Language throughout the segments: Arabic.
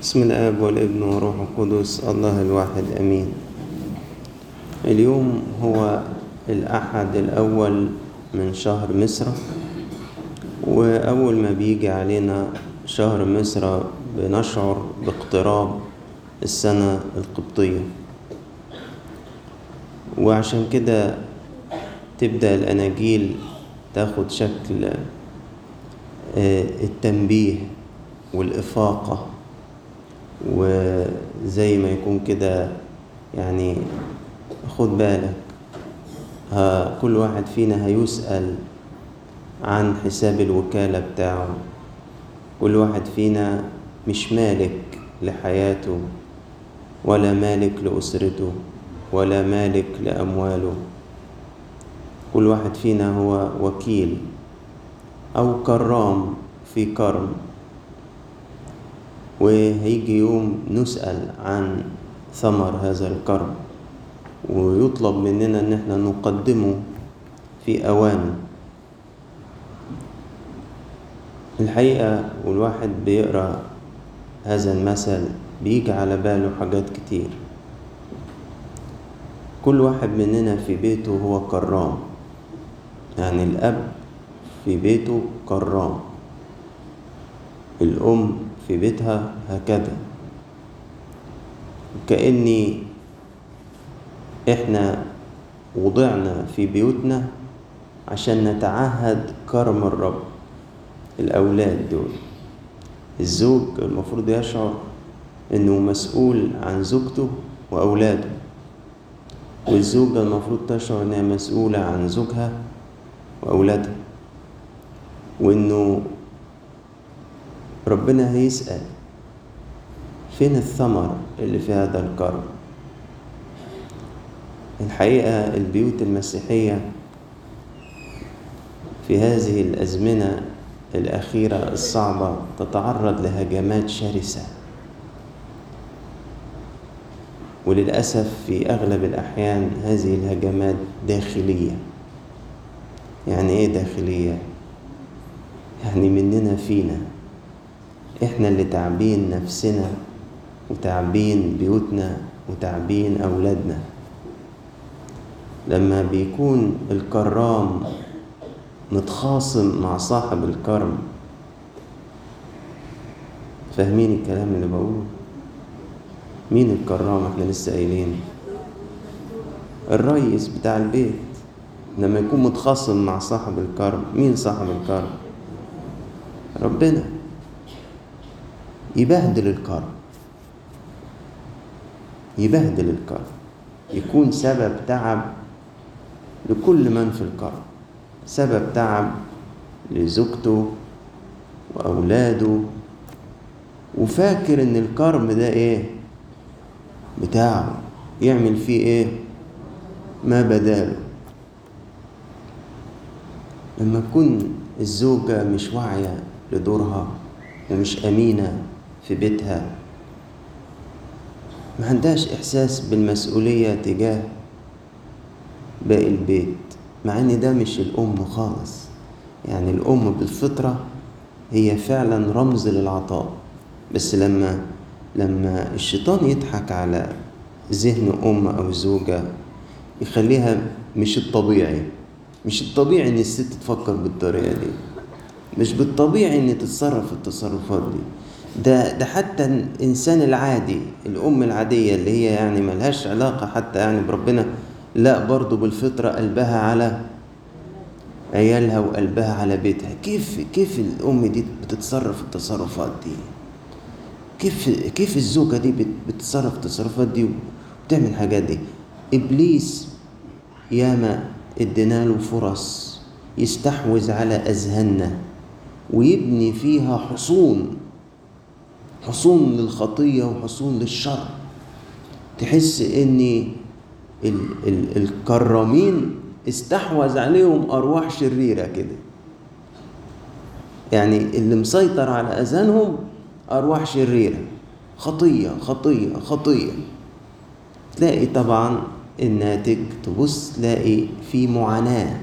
بسم الآب والابن والروح القدس الله الواحد أمين. اليوم هو الأحد الأول من شهر مصر، وأول ما بيجي علينا شهر مصر بنشعر باقتراب السنة القبطية، وعشان كده تبدأ الأناجيل تاخد شكل التنبيه والإفاقة، وزي ما يكون كده يعني خد بالك كل واحد فينا هيسأل عن حساب الوكالة بتاعه. كل واحد فينا مش مالك لحياته ولا مالك لأسرته ولا مالك لأمواله. كل واحد فينا هو وكيل أو كرام في كرم، وهيجي يوم نسأل عن ثمر هذا الكرم، ويطلب مننا ان احنا نقدمه في اوانه. الحقيقة والواحد بيقرأ هذا المثل بيجي على باله حاجات كتير. كل واحد مننا في بيته هو كرام، يعني الأب في بيته كرام، الأم في بيتها هكذا. كأني احنا وضعنا في بيوتنا عشان نتعهد كرم الرب. الأولاد دول، الزوج المفروض يشعر انه مسؤول عن زوجته وأولاده، والزوجة المفروض تشعر انها مسؤولة عن زوجها وأولادها، وانه ربنا هيسأل فين الثمر اللي في هذا الكرم. الحقيقة البيوت المسيحية في هذه الأزمنة الأخيرة الصعبة تتعرض لهجمات شرسة، وللأسف في أغلب الأحيان هذه الهجمات داخلية. يعني إيه داخلية؟ يعني مننا فينا، إحنا اللي تعبين نفسنا وتعبين بيوتنا وتعبين أولادنا. لما بيكون الكرام متخاصم مع صاحب الكرم، فاهمين الكلام اللي بقوله؟ مين الكرام؟ احنا لسه قايلين الرئيس بتاع البيت. لما يكون متخاصم مع صاحب الكرم، مين صاحب الكرم؟ ربنا. يبهدل الكرم، يبهدل الكرم، يكون سبب تعب لكل من في الكرم، سبب تعب لزوجته وأولاده، وفاكر ان الكرم ده ايه بتاعه، يعمل فيه ايه ما بداله. لما تكون الزوجة مش واعية لدورها ومش أمينة في بيتها، ما عندهاش إحساس بالمسؤولية تجاه باقي البيت، مع ان ده مش الأم خالص. يعني الأم بالفطرة هي فعلا رمز للعطاء، بس لما الشيطان يضحك على ذهن أم أو زوجة يخليها مش الطبيعي ان الست تفكر بالطريقة دي، مش بالطبيعي ان تتصرف التصرفات دي. ده حتى الإنسان العادي، الأم العادية اللي هي يعني ملهاش علاقة حتى يعني بربنا، لا برضو بالفطرة قلبها على عيالها وقلبها على بيتها. كيف الأم دي بتتصرف التصرفات دي؟ كيف الزوجة دي بتتصرف التصرفات دي وبتعمل الحاجات دي؟ إبليس ياما اديناله فرص يستحوذ على أذهاننا ويبني فيها حصون للخطية وحصون للشر. تحس ان الكرامين استحوذ عليهم أرواح شريرة كده، يعني اللي مسيطر على أذهانهم أرواح شريرة، خطية خطية خطية. تلاقي طبعا الناتج، تبص تلاقي في معاناة.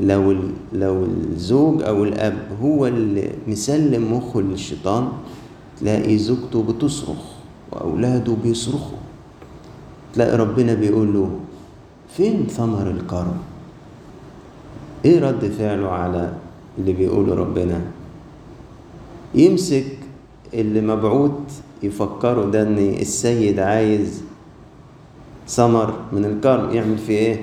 لو الزوج أو الأب هو اللي مسلم مخه للشيطان، تلاقي زوجته بتصرخ وأولاده بيصرخوا، تلاقي ربنا بيقول له فين ثمر الكرم؟ ايه رد فعله على اللي بيقوله ربنا؟ يمسك اللي مبعوث يفكره ده ان السيد عايز ثمر من الكرم، يعمل فيه ايه؟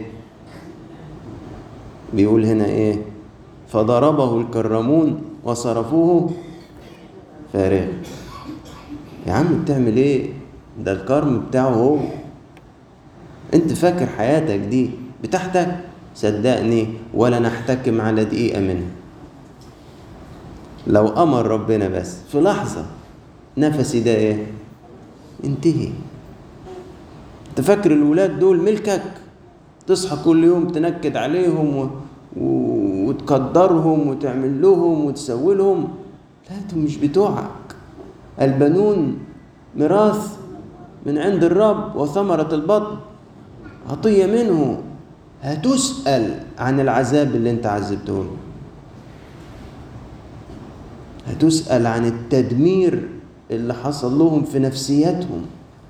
بيقول هنا ايه؟ فضربه الكرمون وصرفوه فارغ. يا عم بتعمل ايه؟ ده الكرم بتاعه هو. انت فاكر حياتك دي بتاعتك؟ صدقني ولا نحتكم على دقيقة منها. لو امر ربنا بس في لحظة نفسي ده ايه؟ انتهي. انت فاكر الولاد دول ملكك؟ تصحى كل يوم تنكد عليهم وتقدرهم وتعمل لهم وتسوي لهم؟ لا، انتوا مش بتوعك. البنون ميراث من عند الرب وثمرة البطن عطية منه. هتسأل عن العذاب اللي انت عذبته، هتسأل عن التدمير اللي حصل لهم في نفسياتهم،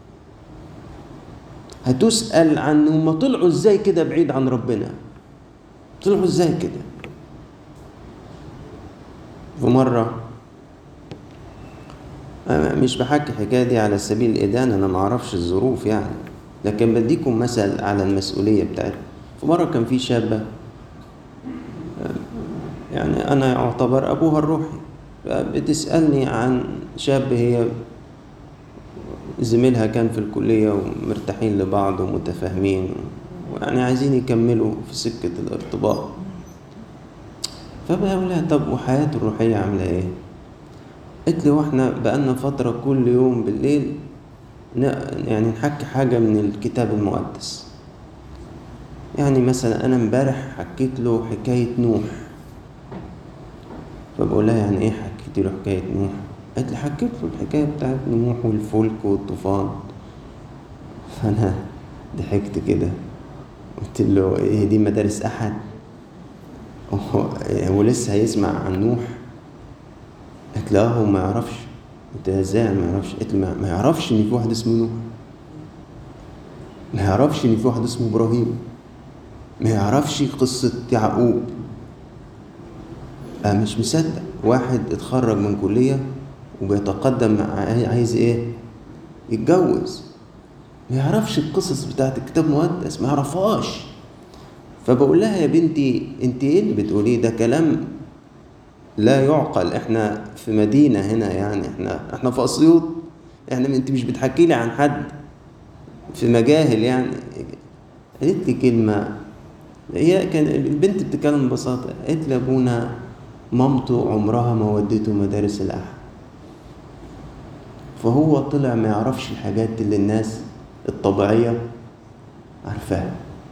هتسأل عن هم طلعوا ازاي كده بعيد عن ربنا، طلعوا ازاي كده. في مرة، مش بحكي حكاية دي على سبيل الإدانة، أنا معرفش الظروف يعني، لكن بديكم مثل على المسؤولية بتاعتنا. في مرة كان في شابة، يعني أنا أعتبر أبوها الروحي، بتسألني عن شاب هي زميلها كان في الكلية ومرتاحين لبعض ومتفاهمين ويعني عايزين يكملوا في سكة الارتباط. فبقول لها طب وحياته الروحية عاملة ايه؟ قلت لي واحنا بقالنا فترة كل يوم بالليل يعني نحكي حاجة من الكتاب المقدس. يعني مثلا أنا امبارح حكيت له حكاية نوح، فبقول لها يعني ايه حكيت له حكاية نوح؟ قالت لي حكيت له الحكاية بتاعت نوح والفلك والطوفان. فأنا ضحكت كده، قلت له ايه دي مدارس أحد؟ هو لسه هيسمع عن نوح؟ قالت له هو ما يعرفش. قلت لها ازاي ما يعرفش؟ قالت لي ما يعرفش ان في واحد اسمه نوح، ما يعرفش ان في واحد اسمه ابراهيم، ما يعرفش قصة يعقوب. مش مصدق واحد اتخرج من كلية وبيتقدم عايز ايه؟ يتجوز، ما يعرفش القصص بتاعت الكتاب المقدس، ما يعرفهاش. فبقول لها يا بنتي انت ايه اللي بتقوليه ده؟ كلام لا يعقل. احنا في مدينة هنا، يعني احنا في اسيوط، انت مش بتحكي لي عن حد في مجاهل يعني. قالت لي كلمة، هي كان البنت بتتكلم ببساطة، قالت لي ابونا مامته عمرها ما ودته مدارس الأحد، فهو طلع ما يعرفش الحاجات اللي الناس الطبيعية عارفاها.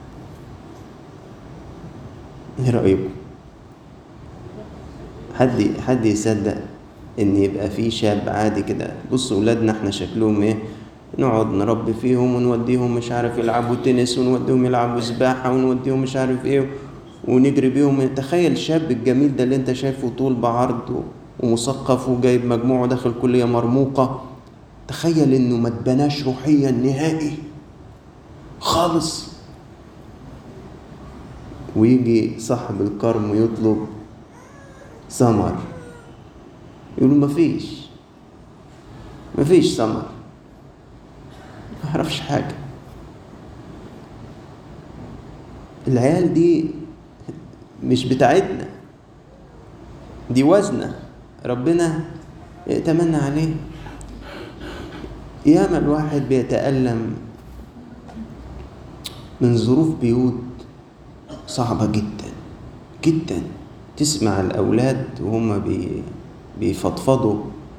ايه رأيكم؟ حد يصدق ان يبقى في شاب عادي كده؟ بصوا ولادنا احنا شكلهم ايه، نقعد نربي فيهم ونوديهم مش عارف يلعبوا تنس ونوديهم يلعبوا سباحة ونوديهم مش عارف ايه ونجري بيهم. تخيل الشاب الجميل ده اللي انت شايفه طول بعرض ومثقف وجايب مجموعه داخل كلية مرموقة، تخيل انه ما اتبناش روحيا نهائي خالص، ويجي صاحب الكرم ويطلب ثمر، يقولوا مفيش ثمر، ما يعرفش حاجة. العيال دي مش بتاعتنا، دي وزنة ربنا يتمنى عليه. ياما الواحد بيتألم من ظروف بيوت صعبة جدا جدا. تسمع الأولاد وهم بيفضفضوا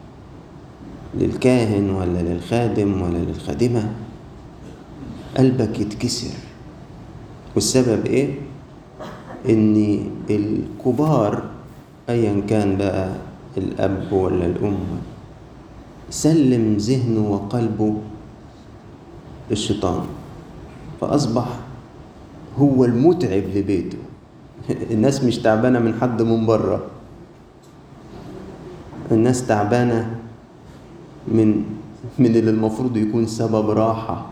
للكاهن ولا للخادم ولا للخادمة، قلبك يتكسر. والسبب ايه؟ ان الكبار ايا كان بقى الاب ولا الام سلم ذهنه وقلبه للشيطان، فاصبح هو المتعب لبيته. الناس مش تعبانة من حد من بره، الناس تعبانة من اللي المفروض يكون سبب راحة.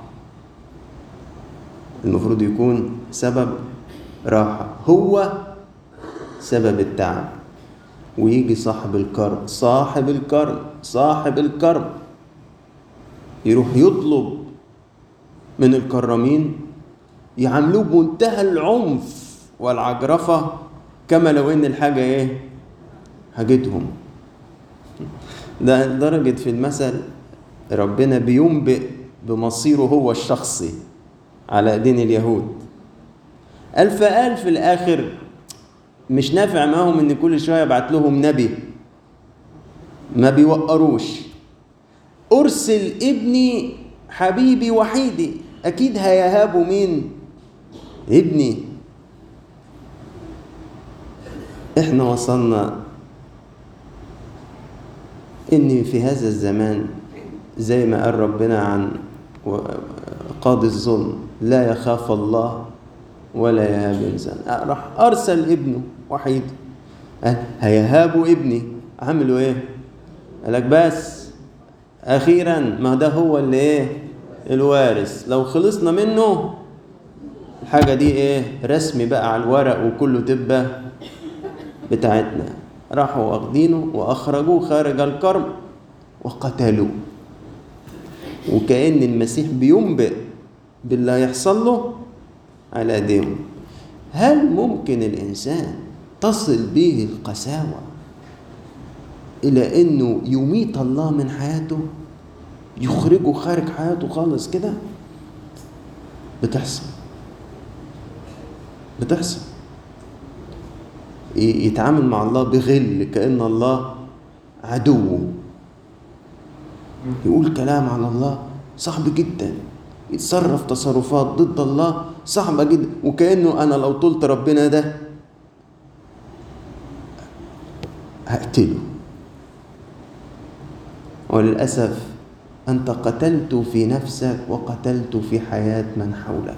المفروض يكون سبب راحة هو سبب التعب. ويجي صاحب الكرم يروح يطلب من الكرامين يعاملوه بمنتهى العنف والعجرفة، كما لو ان الحاجة حاجتهم. ده لدرجة في المثل ربنا بينبئ بمصيره هو الشخصي على دين اليهود. قال في الآخر مش نافع معهم ان كل شوية يبعت لهم نبي، ما بيوقروش. أرسل ابني حبيبي وحيدي، أكيد هيهابوا مين؟ ابني. احنا وصلنا ان في هذا الزمان زي ما قال ربنا عن قاضي الظلم لا يخاف الله ولا يهاب إنسان، راح أرسل ابنه وحيد. هيهابوا ابني، عملوا قالك بس أخيرا ما ده هو اللي الوارث، لو خلصنا منه الحاجة دي رسمي بقى على الورق وكله تبقى بتاعتنا. راحوا واخدينه وأخرجوه خارج الكرم وقتلوه. وكأن المسيح بينبئ باللي هيحصل له على ايديهم. هل ممكن الإنسان تصل به القساوة إلى إنه يميت الله من حياته، يخرجه خارج حياته خالص كده؟ بتحصل. يتعامل مع الله بغل كأن الله عدوه، يقول كلام على الله صعب جدا، يتصرف تصرفات ضد الله صعبة جدا، وكأنه أنا لو طلت ربنا ده هقتله. وللأسف أنت قتلت في نفسك وقتلت في حياة من حولك.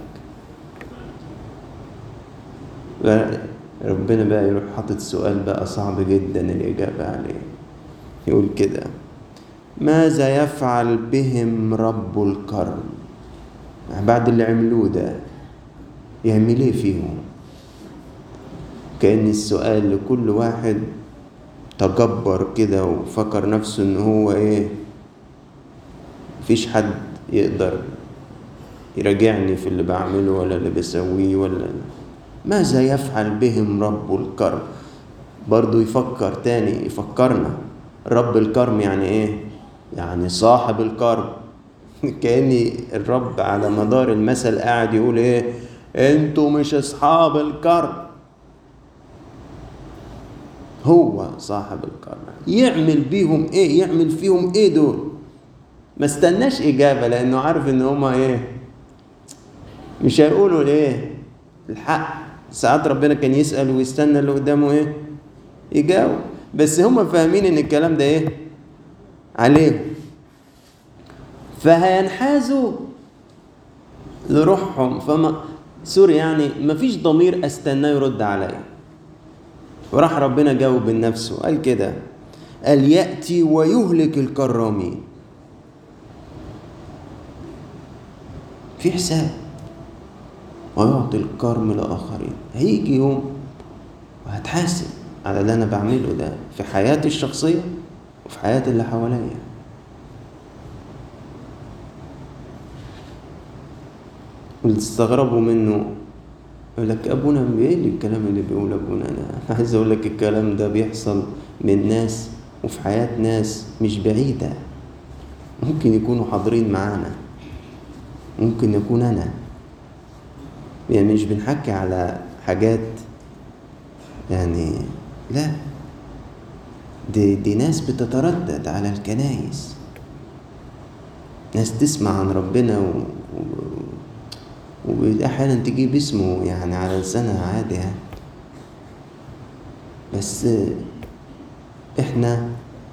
ربنا بقى يروح حاطط سؤال بقى صعب جدا الإجابة عليه. يقول كده: ماذا يفعل بهم رب الكرم؟ بعد اللي عملوه ده يعمل ايه فيهم؟ كأن السؤال لكل واحد تجبر كده وفكر نفسه ان هو مفيش حد يقدر يراجعني في اللي بعمله ولا اللي بسويه ولا. ماذا يفعل بهم رب الكرم؟ برضو يفكر تاني، يفكرنا رب الكرم يعني يعني صاحب الكرم. كأن الرب على مدار المثل قاعد يقول انتوا مش اصحاب الكرم، هو صاحب الكرم. يعمل بيهم يعمل فيهم دول؟ ما استناش اجابة، لانه عارف ان هما مش هيقولوا الحق. ساعات ربنا كان يسأل ويستنى اللي قدامه يجاوب، بس هما فاهمين ان الكلام ده عليهم، فهينحازوا لروحهم. يعني مفيش ضمير استناه يرد عليا. وراح ربنا جاوب من نفسه، قال كده: قال يأتي ويهلك الكرامين. في حساب، ويعطي الكرم لآخرين. هيجي يوم وهتحاسب على اللي أنا بعمله ده في حياتي الشخصية وفي حياة اللي حواليا. اللي تستغربوا منه يقول لك أبونا الكلام اللي بيقول أبونا. أنا عايز أقول لك الكلام ده بيحصل من ناس وفي حياة ناس مش بعيدة، ممكن يكونوا حاضرين معانا، ممكن يكون أنا. يعني مش بنحكي على حاجات لا، دي ناس بتتردد على الكنايس، ناس تسمع عن ربنا وأحيانا تجيب اسمه على لسانها عادي بس احنا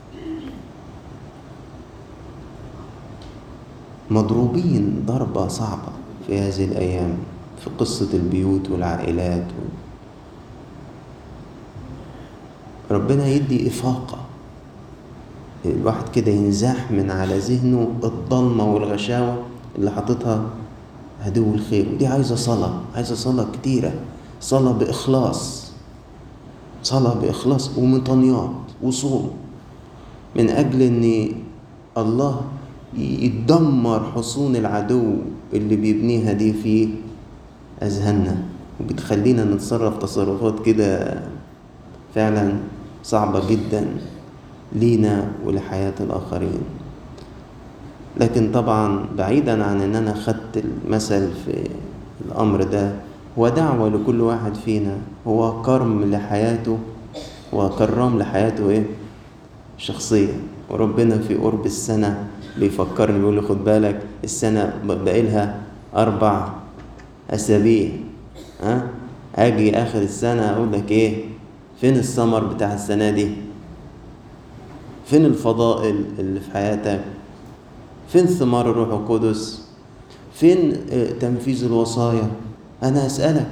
مضروبين ضربة صعبة في هذه الأيام في قصة البيوت والعائلات. ربنا يدي إفاقة الواحد كده ينزاح من على ذهنه الضلمة والغشاوة اللي حاططها عدو الخير. ودي عايزة صلاة، عايزة صلاة كتيرة، صلاة بإخلاص، صلاة بإخلاص ومطنيات وصوم، من أجل أن الله يدمر حصون العدو اللي بيبنيها دي في أذهاننا، وبتخلينا نتصرف تصرفات كده فعلا صعبة جدا لينا ولحياة الآخرين. لكن طبعا بعيدا عن أن أنا خدت المثل في الأمر ده، هو دعوة لكل واحد فينا، هو كرم لحياته وكرام لحياته إيه؟ شخصية. وربنا في قرب السنة بيفكرني، بيقول لي خد بالك السنة بقيلها 4 أسابيع، أجي آخر السنة أقول لك إيه؟ فين الثمر بتاع السنة دي؟ فين الفضائل اللي في حياتك؟ فين ثمار الروح القدس؟ فين تنفيذ الوصايا؟ أنا أسألك.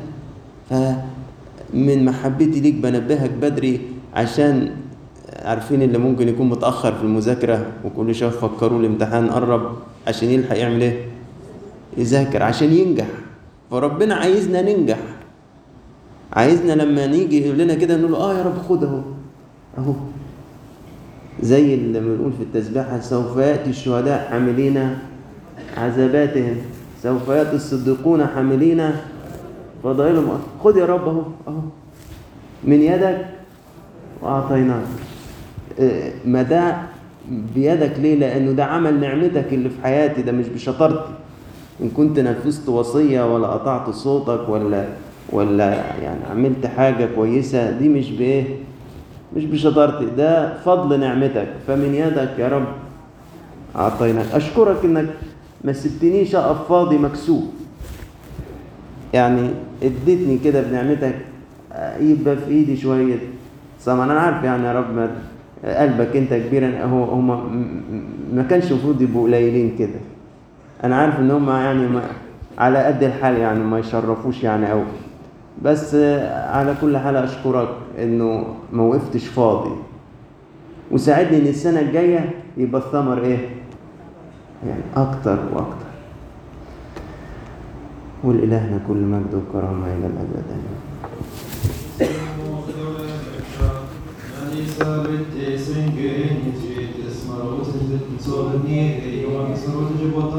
فمن محبتي ليك بنبهك بدري، عشان عارفين اللي ممكن يكون متأخر في المذاكرة وكل شوية فكروا الامتحان قرب، عشان يلحق يعمل ايه؟ يذاكر عشان ينجح. فربنا عايزنا ننجح، عايزنا لما نيجي يقول لنا كده نقول يا رب خد اهو، زي اللي بنقول في التسبيحة: سوف يأتي الشهداء حاملين عذاباتهم، سوف يأتي الصديقون حاملين فضائلهم. خد يا رب اهو من يدك وأعطيناك. ما ده بيدك ليه؟ لأنه ده عمل نعمتك اللي في حياتي، ده مش بشطارتي. إن كنت نفذت وصية ولا قطعت صوتك ولا يعني عملت حاجة كويسة، دي مش بإيه؟ مش بشطارتي، ده فضل نعمتك. فمن يدك يا رب أعطيناك. أشكرك إنك ما سبتنيش أقف فاضي مكسوف، يعني اديتني كده بنعمتك يبقى في إيدي شوية صمن. أنا عارف يعني يا رب قلبك أنت كبير، هم ما كانش المفروض يبقوا قليلين كده. أنا عارف إن هم يعني على قد الحال، يعني ما يشرفوش يعني أوي، بس على كل حال أشكرك إنه ما وقفتش فاضي، وساعدني إن السنة الجاية يبقى الثمر إيه؟ يعني أكتر وأكتر. ولإلهنا كل مجد وكرامة إلى الأبد. آمين.